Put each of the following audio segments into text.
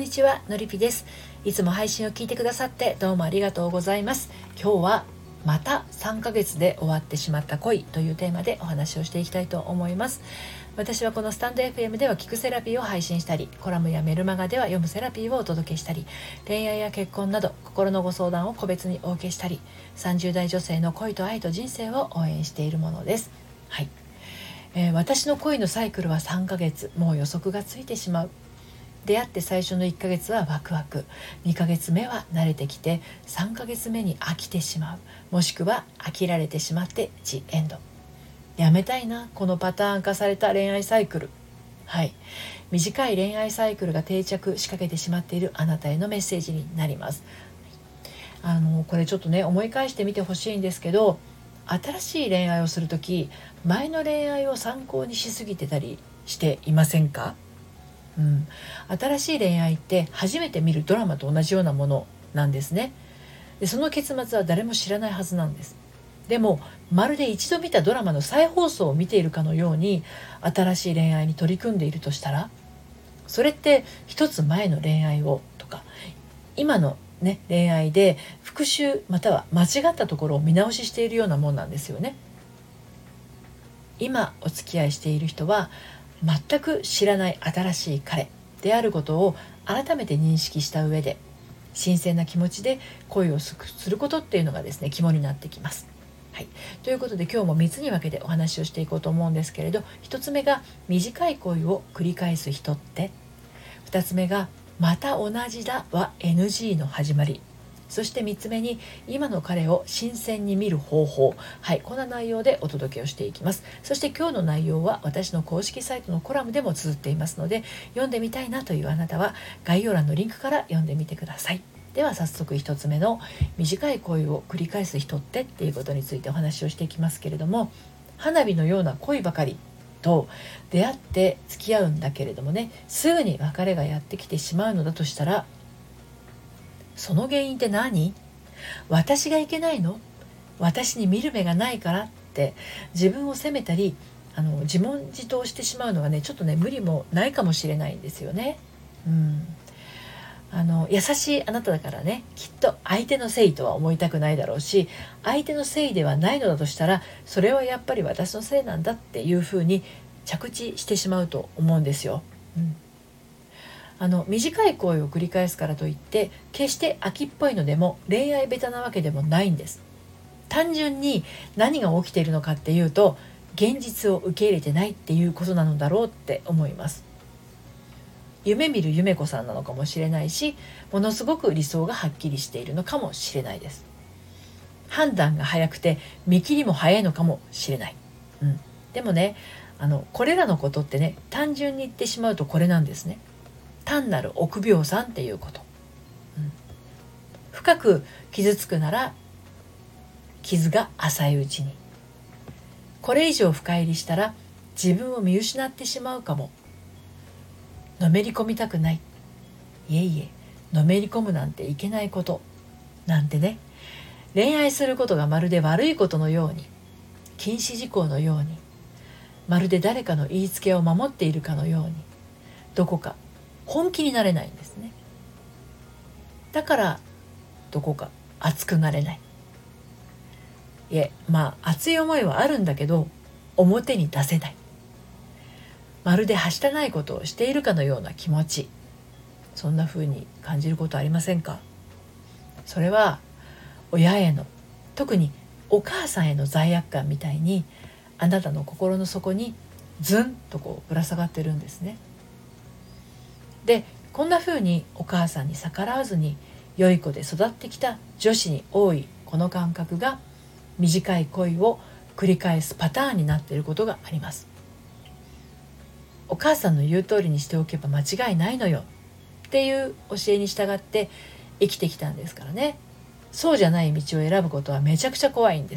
にちは、のりぴです。いつも配信を聞いてくださってどうもありがとうございます。今日はまた3ヶ月で終わってしまった恋というテーマでお話をしていきたいと思います。私はこのスタンド FM では聞くセラピーを配信したり、コラムやメルマガでは読むセラピーをお届けしたり、恋愛や結婚など心のご相談を個別にお受けしたり、30代女性の恋と愛と人生を応援しているものです。はい。私の恋のサイクルは3ヶ月、もう予測がついてしまう。出会って最初の1ヶ月はワクワク、2ヶ月目は慣れてきて、3ヶ月目に飽きてしまう、もしくは飽きられてしまってジエンド。やめたいな、このパターン化された恋愛サイクル。はい、短い恋愛サイクルが定着しかけてしまっているあなたへのメッセージになります。これちょっとね、思い返してみてほしいんですけど、新しい恋愛をするとき、前の恋愛を参考にしすぎてたりしていませんか？新しい恋愛って初めて見るドラマと同じようなものなんですね。で、その結末は誰も知らないはずなんです。でもまるで一度見たドラマの再放送を見ているかのように新しい恋愛に取り組んでいるとしたら、それって一つ前の恋愛をとか、今の恋愛で復習または間違ったところを見直ししているようなもんなんですよね。今お付き合いしている人は全く知らない新しい彼であることを改めて認識した上で、新鮮な気持ちで恋をすることっていうのがですね、肝になってきます。はい、ということで今日も3つに分けてお話をしていこうと思うんですけれど、1つ目が短い恋を繰り返す人って、2つ目がまた同じだは NG の始まり、そして3つ目に今の彼を新鮮に見る方法。はい、こんな内容でお届けをしていきます。そして今日の内容は私の公式サイトのコラムでも綴っていますので、読んでみたいなというあなたは概要欄のリンクから読んでみてください。では早速1つ目の短い恋を繰り返す人っていうことについてお話をしていきますけれども、花火のような恋ばかりと出会って付き合うんだけれどもね、すぐに別れがやってきてしまうのだとしたら、その原因って何？私がいけないの？私に見る目がないからって自分を責めたり、自問自答してしまうのはね、ちょっとね無理もないかもしれないんですよね。優しいあなただからね、きっと相手のせいとは思いたくないだろうし、相手のせいではないのだとしたら、それはやっぱり私のせいなんだっていうふうに着地してしまうと思うんですよ。短い恋を繰り返すからといって決して秋っぽいのでも恋愛ベタなわけでもないんです。単純に何が起きているのかっていうと、現実を受け入れてないっていうことなのだろうって思います。夢見る夢子さんなのかもしれないし、ものすごく理想がはっきりしているのかもしれないです。判断が早くて見切りも早いのかもしれない。でもね、これらのことってね、単純に言ってしまうとこれなんですね。単なる臆病さんっていうこと。深く傷つくなら傷が浅いうちに。これ以上深入りしたら自分を見失ってしまうかも。のめり込みたくない。いえいえ、のめり込むなんていけないことなんてね、恋愛することがまるで悪いことのように、禁止事項のように、まるで誰かの言いつけを守っているかのように、どこか本気になれないんですね。だからどこか熱くなれない。熱い思いはあるんだけど表に出せない。まるではしたないことをしているかのような気持ち、そんな風に感じることありませんか？それは親への、特にお母さんへの罪悪感みたいに、あなたの心の底にズンとぶら下がってるんですね。で、こんな風にお母さんに逆らわずに良い子で育ってきた女子に多いこの感覚が、短い恋を繰り返すパターンになっていることがあります。お母さんの言う通りにしておけば間違いないのよっていう教えに従って生きてきたんですからね。そうじゃない道を選ぶことはめちゃくちゃ怖いんです。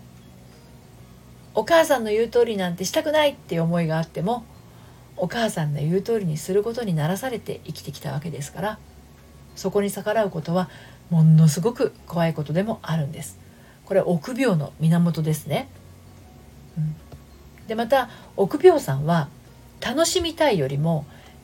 お母さんの言う通りなんてしたくないっていう思いがあっても、お母さんの言う通りにすることにならされて生きてきたわけですから、そこに逆らうことはものすごく怖いことでもあるんです。これは臆病の源ですね。でまた臆病さんは楽しみたいよりも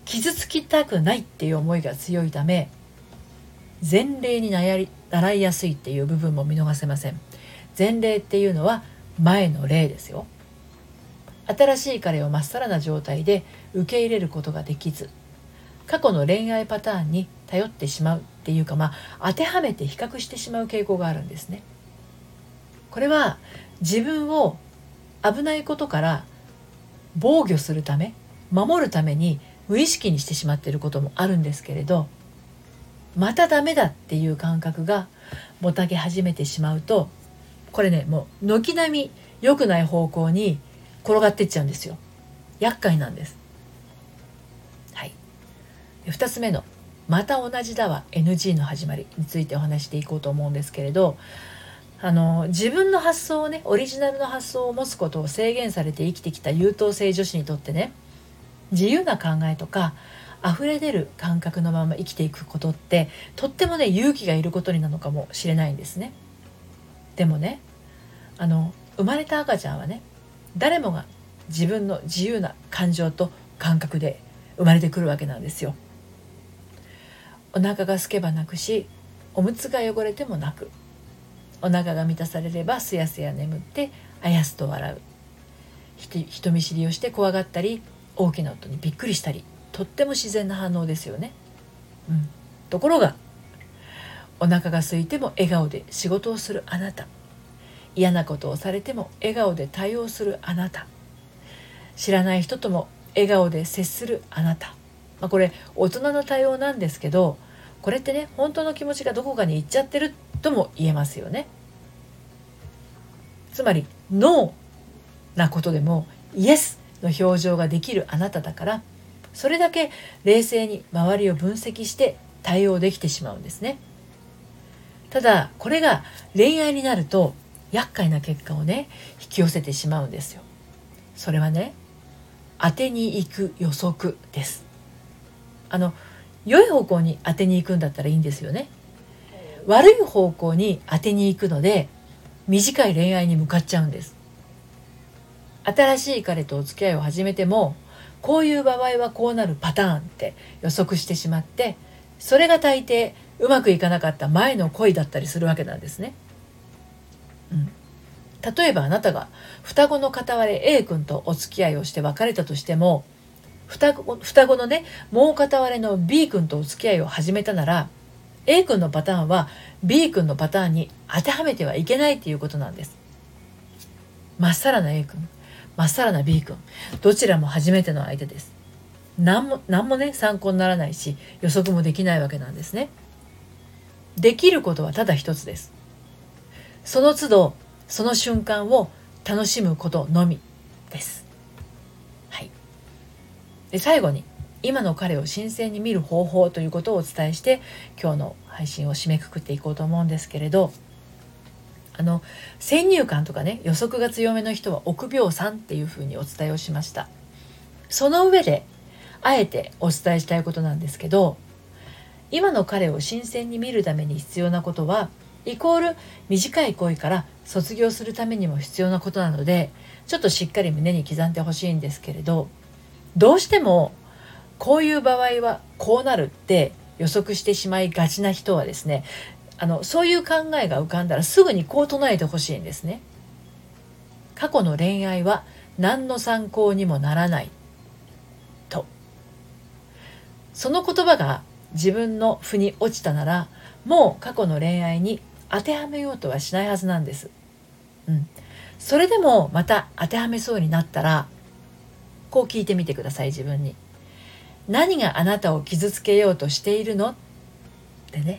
傷つきたくないっていう思いが強いため、前例に習いやすいっていう部分も見逃せません。前例っていうのは前の例ですよ。新しい彼をまっさらな状態で受け入れることができず、過去の恋愛パターンに頼ってしまうっていうか、当てはめて比較してしまう傾向があるんですね。これは自分を危ないことから防御するため、守るために無意識にしてしまっていることもあるんですけれど、またダメだっていう感覚がもたげ始めてしまうと、これね、もう軒並み良くない方向に転がっていっちゃうんですよ。厄介なんです。はい。2つ目のまた同じだわ NG の始まりについてお話していこうと思うんですけれど、自分の発想をね、オリジナルの発想を持つことを制限されて生きてきた優等生女子にとってね、自由な考えとか溢れ出る感覚のまま生きていくことってとってもね、勇気がいることになるのかもしれないんですね。でもね、生まれた赤ちゃんはね、誰もが自分の自由な感情と感覚で生まれてくるわけなんですよ。お腹が空けば泣くし、おむつが汚れても泣く。お腹が満たされればすやすや眠ってあやすと笑う。人見知りをして怖がったり、大きな音にびっくりしたり、とっても自然な反応ですよね。ところが、お腹が空いても笑顔で仕事をするあなた、嫌なことをされても笑顔で対応するあなた、知らない人とも笑顔で接するあなた、これ大人の対応なんですけど、これってね、本当の気持ちがどこかに行っちゃってるとも言えますよね。つまりノーなことでもイエスの表情ができるあなただから、それだけ冷静に周りを分析して対応できてしまうんですね。ただこれが恋愛になると厄介な結果をね、引き寄せてしまうんですよ。それはね、当てに行く予測です。良い方向に当てに行くんだったらいいんですよね。悪い方向に当てに行くので短い恋愛に向かっちゃうんです。新しい彼とお付き合いを始めても、こういう場合はこうなるパターンって予測してしまって、それが大抵うまくいかなかった前の恋だったりするわけなんですね。例えばあなたが双子の片割れ A 君とお付き合いをして別れたとしても、双子のね、もう片割れの B 君とお付き合いを始めたなら、A 君のパターンは B 君のパターンに当てはめてはいけないということなんです。まっさらな A 君、まっさらな B 君、どちらも初めての相手です。何もね、参考にならないし予測もできないわけなんですね。できることはただ一つです。その都度その瞬間を楽しむことのみです。はい。で、最後に今の彼を新鮮に見る方法ということをお伝えして今日の配信を締めくくっていこうと思うんですけれど、先入観とかね、予測が強めの人は臆病さんっていうふうにお伝えをしました。その上であえてお伝えしたいことなんですけど、今の彼を新鮮に見るために必要なことはイコール短い恋から卒業するためにも必要なことなので、ちょっとしっかり胸に刻んでほしいんですけれど、どうしてもこういう場合はこうなるって予測してしまいがちな人はですね、そういう考えが浮かんだらすぐにこう唱えてほしいんですね。過去の恋愛は何の参考にもならないと。その言葉が自分の腑に落ちたなら、もう過去の恋愛に当てはめようとはしないはずなんです。それでもまた当てはめそうになったら、こう聞いてみてください、自分に。何があなたを傷つけようとしているのってね。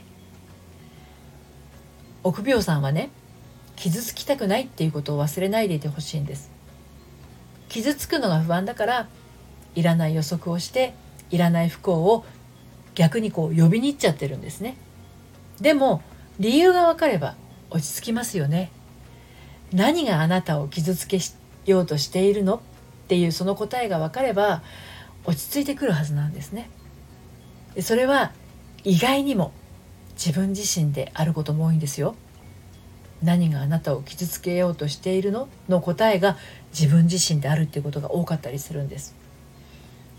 臆病さんはね、傷つきたくないっていうことを忘れないでいてほしいんです。傷つくのが不安だから、いらない予測をしていらない不幸を逆に呼びに行っちゃってるんですね。でも理由が分かれば落ち着きますよね。何があなたを傷つけようとしているのっていうその答えが分かれば落ち着いてくるはずなんですね。それは意外にも自分自身であることも多いんですよ。何があなたを傷つけようとしているのの答えが自分自身であるっていうことが多かったりするんです。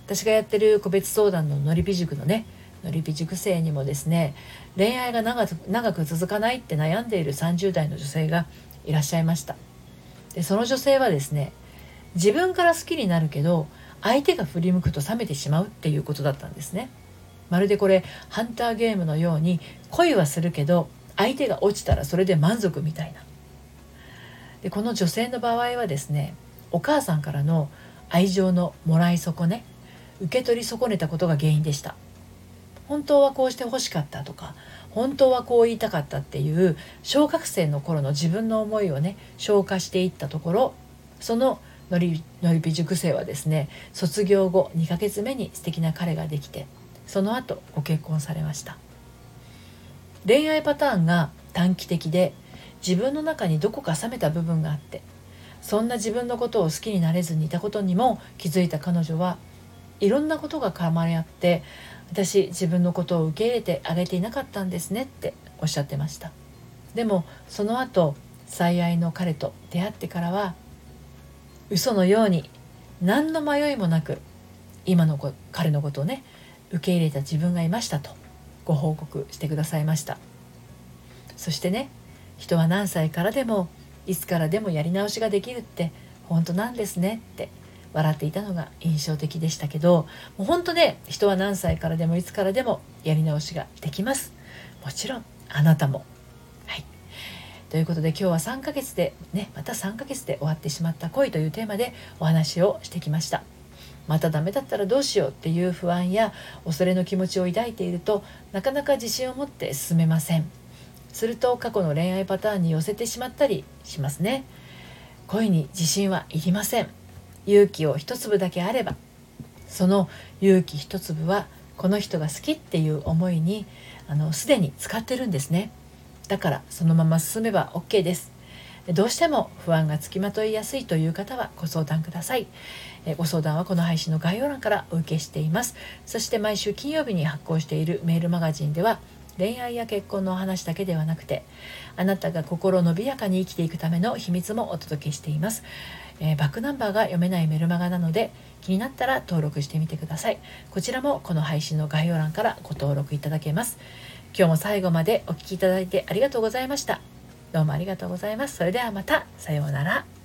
私がやってる個別相談ののりぴ塾のね、のりぴ塾生にもですね、恋愛が長く続かないって悩んでいる30代の女性がいらっしゃいました。でその女性はですね、自分から好きになるけど相手が振り向くと冷めてしまうっていうことだったんですね。まるでこれハンターゲームのように、恋はするけど相手が落ちたらそれで満足みたいな。でこの女性の場合はですね、お母さんからの愛情のもらい損ね、受け取り損ねたことが原因でした。本当はこうして欲しかったとか、本当はこう言いたかったっていう小学生の頃の自分の思いをね、消化していったところ、そののりぴ塾生はですね、卒業後2ヶ月目に素敵な彼ができて、その後ご結婚されました。恋愛パターンが短期的で、自分の中にどこか冷めた部分があって、そんな自分のことを好きになれずにいたことにも気づいた彼女は、いろんなことが絡まり合って、私自分のことを受け入れてあげていなかったんですねっておっしゃってました。でもその後最愛の彼と出会ってからは、嘘のように何の迷いもなく今の彼のことをね、受け入れた自分がいましたとご報告してくださいました。そしてね、人は何歳からでもいつからでもやり直しができるって本当なんですねって笑っていたのが印象的でしたけど、もう本当ね、人は何歳からでもいつからでもやり直しができます。もちろんあなたも。はい、ということで今日は3ヶ月でね、また3ヶ月で終わってしまった恋というテーマでお話をしてきました。またダメだったらどうしようっていう不安や恐れの気持ちを抱いていると、なかなか自信を持って進めません。すると過去の恋愛パターンに寄せてしまったりしますね。恋に自信はいりません。勇気を一粒だけあれば、その勇気一粒はこの人が好きっていう思いにすでに使ってるんですね。だからそのまま進めば OK です。どうしても不安がつきまといやすいという方はご相談ください。ご相談はこの配信の概要欄からお受けしています。そして毎週金曜日に発行しているメールマガジンでは、恋愛や結婚のお話だけではなくて、あなたが心伸びやかに生きていくための秘密もお届けしています。バックナンバーが読めないメルマガなので、気になったら登録してみてください。こちらもこの配信の概要欄からご登録いただけます。今日も最後までお聞きいただいてありがとうございました。どうもありがとうございます。それではまた、さようなら。